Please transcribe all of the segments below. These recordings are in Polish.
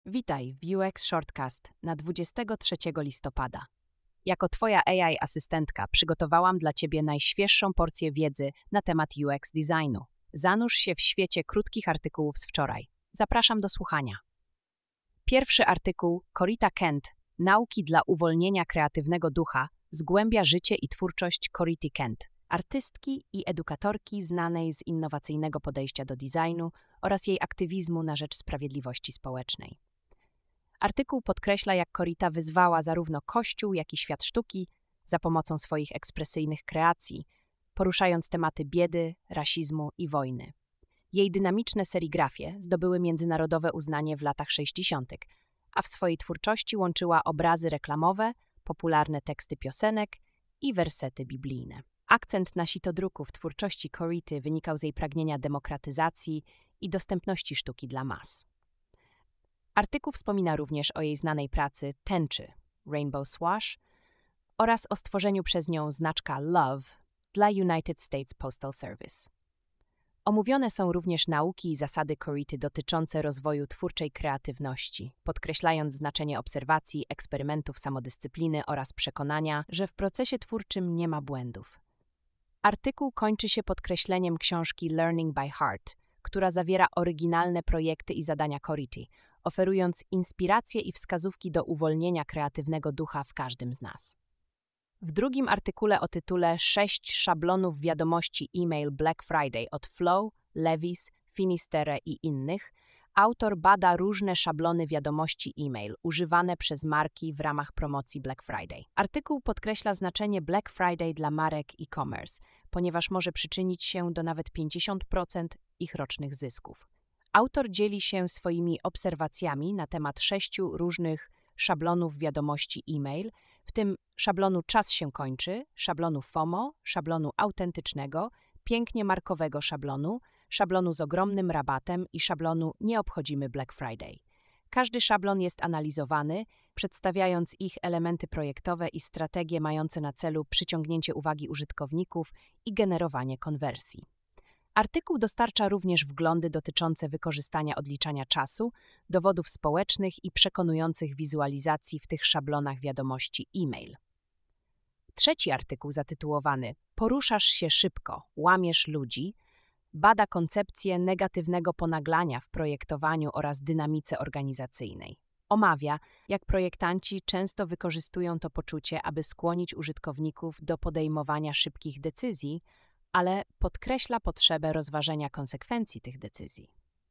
Witaj w UX Shortcast na 23 listopada. Jako Twoja AI asystentka przygotowałam dla Ciebie najświeższą porcję wiedzy na temat UX designu. Zanurz się w świecie krótkich artykułów z wczoraj. Zapraszam do słuchania. Pierwszy artykuł Corita Kent, Nauki dla uwolnienia kreatywnego ducha, zgłębia życie i twórczość Cority Kent, artystki i edukatorki znanej z innowacyjnego podejścia do designu oraz jej aktywizmu na rzecz sprawiedliwości społecznej. Artykuł podkreśla, jak Corita wyzwała zarówno Kościół, jak i świat sztuki za pomocą swoich ekspresyjnych kreacji, poruszając tematy biedy, rasizmu i wojny. Jej dynamiczne serigrafie zdobyły międzynarodowe uznanie w latach 60., a w swojej twórczości łączyła obrazy reklamowe, popularne teksty piosenek i wersety biblijne. Akcent na sitodruku w twórczości Cority wynikał z jej pragnienia demokratyzacji i dostępności sztuki dla mas. Artykuł wspomina również o jej znanej pracy Tęczy, Rainbow Swash, oraz o stworzeniu przez nią znaczka Love dla United States Postal Service. Omówione są również nauki i zasady Cority dotyczące rozwoju twórczej kreatywności, podkreślając znaczenie obserwacji, eksperymentów, samodyscypliny oraz przekonania, że w procesie twórczym nie ma błędów. Artykuł kończy się podkreśleniem książki Learning by Heart, która zawiera oryginalne projekty i zadania Cority, oferując inspiracje i wskazówki do uwolnienia kreatywnego ducha w każdym z nas. W drugim artykule o tytule 6 szablonów wiadomości e-mail Black Friday od Flow, Levis, Finisterre i innych, autor bada różne szablony wiadomości e-mail używane przez marki w ramach promocji Black Friday. Artykuł podkreśla znaczenie Black Friday dla marek e-commerce, ponieważ może przyczynić się do nawet 50% ich rocznych zysków. Autor dzieli się swoimi obserwacjami na temat 6 różnych szablonów wiadomości e-mail, w tym szablonu Czas się kończy, szablonu FOMO, szablonu autentycznego, pięknie markowego szablonu z ogromnym rabatem i szablonu Nie obchodzimy Black Friday. Każdy szablon jest analizowany, przedstawiając ich elementy projektowe i strategie mające na celu przyciągnięcie uwagi użytkowników i generowanie konwersji. Artykuł dostarcza również wglądy dotyczące wykorzystania odliczania czasu, dowodów społecznych i przekonujących wizualizacji w tych szablonach wiadomości e-mail. Trzeci artykuł zatytułowany Poruszasz się szybko, łamiesz ludzi, bada koncepcję negatywnego ponaglania w projektowaniu oraz dynamice organizacyjnej. Omawia, jak projektanci często wykorzystują to poczucie, aby skłonić użytkowników do podejmowania szybkich decyzji, ale podkreśla potrzebę rozważenia konsekwencji tych decyzji.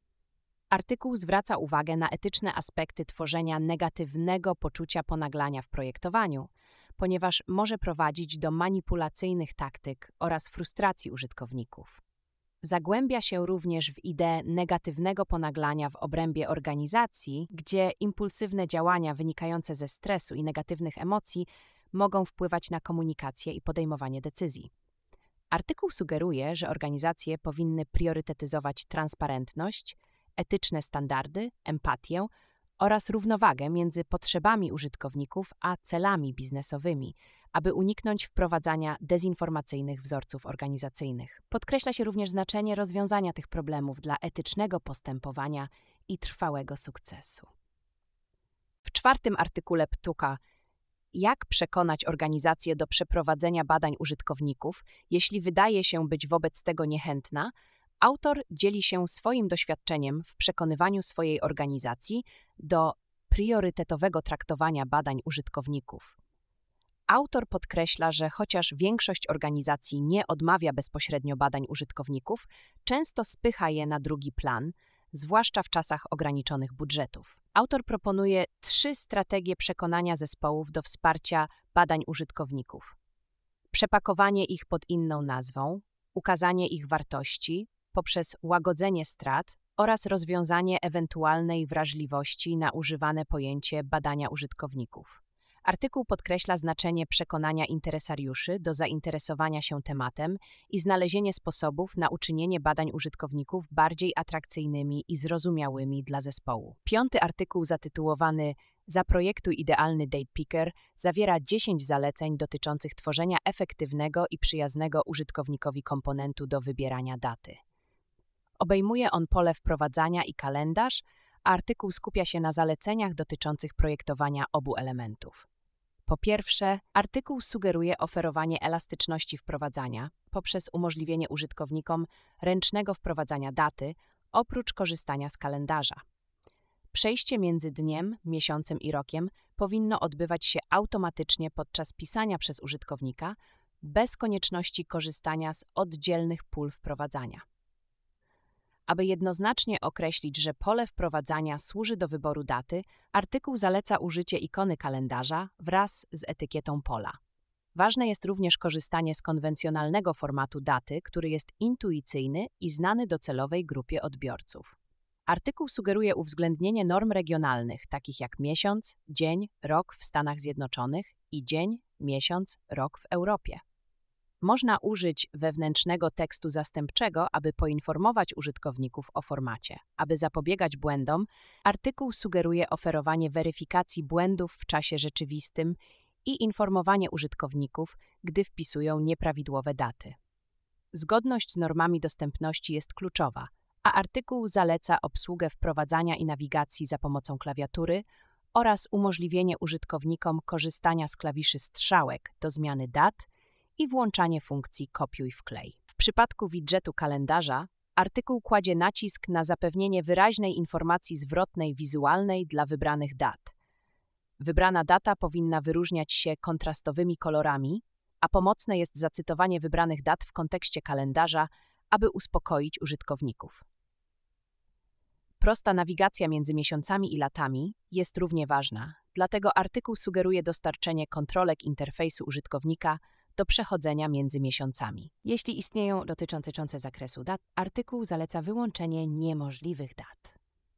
Artykuł zwraca uwagę na etyczne aspekty tworzenia negatywnego poczucia ponaglania w projektowaniu, ponieważ może prowadzić do manipulacyjnych taktyk oraz frustracji użytkowników. Zagłębia się również w ideę negatywnego ponaglania w obrębie organizacji, gdzie impulsywne działania wynikające ze stresu i negatywnych emocji mogą wpływać na komunikację i podejmowanie decyzji. Artykuł sugeruje, że organizacje powinny priorytetyzować transparentność, etyczne standardy, empatię oraz równowagę między potrzebami użytkowników a celami biznesowymi, aby uniknąć wprowadzania dezinformacyjnych wzorców organizacyjnych. Podkreśla się również znaczenie rozwiązania tych problemów dla etycznego postępowania i trwałego sukcesu. W czwartym artykule Ptuka Jak przekonać organizację do przeprowadzenia badań użytkowników, jeśli wydaje się być wobec tego niechętna, autor dzieli się swoim doświadczeniem w przekonywaniu swojej organizacji do priorytetowego traktowania badań użytkowników. Autor podkreśla, że chociaż większość organizacji nie odmawia bezpośrednio badań użytkowników, często spycha je na drugi plan, zwłaszcza w czasach ograniczonych budżetów. Autor proponuje 3 strategie przekonania zespołów do wsparcia badań użytkowników. Przepakowanie ich pod inną nazwą, ukazanie ich wartości poprzez łagodzenie strat oraz rozwiązanie ewentualnej wrażliwości na używane pojęcie badania użytkowników. Artykuł podkreśla znaczenie przekonania interesariuszy do zainteresowania się tematem i znalezienie sposobów na uczynienie badań użytkowników bardziej atrakcyjnymi i zrozumiałymi dla zespołu. Piąty artykuł zatytułowany Zaprojektuj idealny date picker zawiera 10 zaleceń dotyczących tworzenia efektywnego i przyjaznego użytkownikowi komponentu do wybierania daty. Obejmuje on pole wprowadzania i kalendarz, a artykuł skupia się na zaleceniach dotyczących projektowania obu elementów. Po pierwsze, artykuł sugeruje oferowanie elastyczności wprowadzania poprzez umożliwienie użytkownikom ręcznego wprowadzania daty, oprócz korzystania z kalendarza. Przejście między dniem, miesiącem i rokiem powinno odbywać się automatycznie podczas pisania przez użytkownika, bez konieczności korzystania z oddzielnych pól wprowadzania. Aby jednoznacznie określić, że pole wprowadzania służy do wyboru daty, artykuł zaleca użycie ikony kalendarza wraz z etykietą pola. Ważne jest również korzystanie z konwencjonalnego formatu daty, który jest intuicyjny i znany docelowej grupie odbiorców. Artykuł sugeruje uwzględnienie norm regionalnych, takich jak miesiąc, dzień, rok w Stanach Zjednoczonych i dzień, miesiąc, rok w Europie. Można użyć wewnętrznego tekstu zastępczego, aby poinformować użytkowników o formacie. Aby zapobiegać błędom, artykuł sugeruje oferowanie weryfikacji błędów w czasie rzeczywistym i informowanie użytkowników, gdy wpisują nieprawidłowe daty. Zgodność z normami dostępności jest kluczowa, a artykuł zaleca obsługę wprowadzania i nawigacji za pomocą klawiatury oraz umożliwienie użytkownikom korzystania z klawiszy strzałek do zmiany dat i włączanie funkcji kopiuj wklej. W przypadku widżetu kalendarza artykuł kładzie nacisk na zapewnienie wyraźnej informacji zwrotnej wizualnej dla wybranych dat. Wybrana data powinna wyróżniać się kontrastowymi kolorami, a pomocne jest zacytowanie wybranych dat w kontekście kalendarza, aby uspokoić użytkowników. Prosta nawigacja między miesiącami i latami jest równie ważna, dlatego artykuł sugeruje dostarczenie kontrolek interfejsu użytkownika do przechodzenia między miesiącami. Jeśli istnieją dotyczące zakresu dat, artykuł zaleca wyłączenie niemożliwych dat.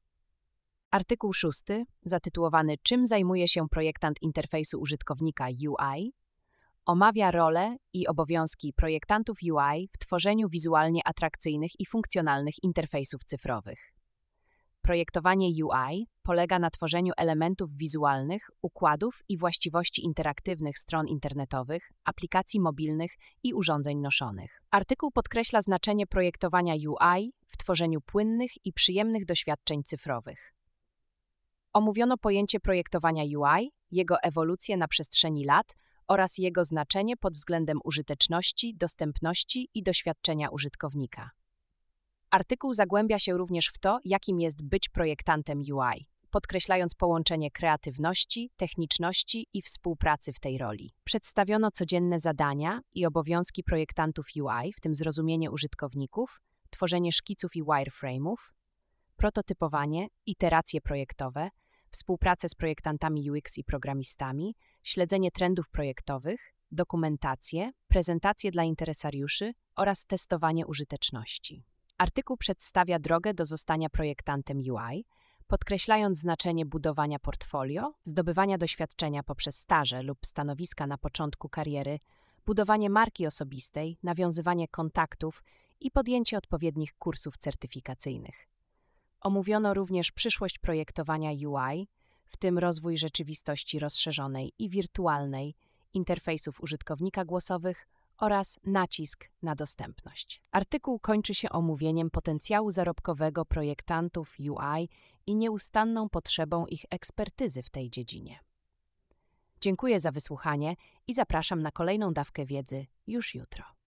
Artykuł 6, zatytułowany Czym zajmuje się projektant interfejsu użytkownika UI, omawia role i obowiązki projektantów UI w tworzeniu wizualnie atrakcyjnych i funkcjonalnych interfejsów cyfrowych. Projektowanie UI polega na tworzeniu elementów wizualnych, układów i właściwości interaktywnych stron internetowych, aplikacji mobilnych i urządzeń noszonych. Artykuł podkreśla znaczenie projektowania UI w tworzeniu płynnych i przyjemnych doświadczeń cyfrowych. Omówiono pojęcie projektowania UI, jego ewolucję na przestrzeni lat oraz jego znaczenie pod względem użyteczności, dostępności i doświadczenia użytkownika. Artykuł zagłębia się również w to, jakim jest być projektantem UI, podkreślając połączenie kreatywności, techniczności i współpracy w tej roli. Przedstawiono codzienne zadania i obowiązki projektantów UI, w tym zrozumienie użytkowników, tworzenie szkiców i wireframe'ów, prototypowanie, iteracje projektowe, współpracę z projektantami UX i programistami, śledzenie trendów projektowych, dokumentację, prezentacje dla interesariuszy oraz testowanie użyteczności. Artykuł przedstawia drogę do zostania projektantem UI, podkreślając znaczenie budowania portfolio, zdobywania doświadczenia poprzez staże lub stanowiska na początku kariery, budowanie marki osobistej, nawiązywanie kontaktów i podjęcie odpowiednich kursów certyfikacyjnych. Omówiono również przyszłość projektowania UI, w tym rozwój rzeczywistości rozszerzonej i wirtualnej, interfejsów użytkownika głosowych oraz nacisk na dostępność. Artykuł kończy się omówieniem potencjału zarobkowego projektantów UI i nieustanną potrzebą ich ekspertyzy w tej dziedzinie. Dziękuję za wysłuchanie i zapraszam na kolejną dawkę wiedzy już jutro.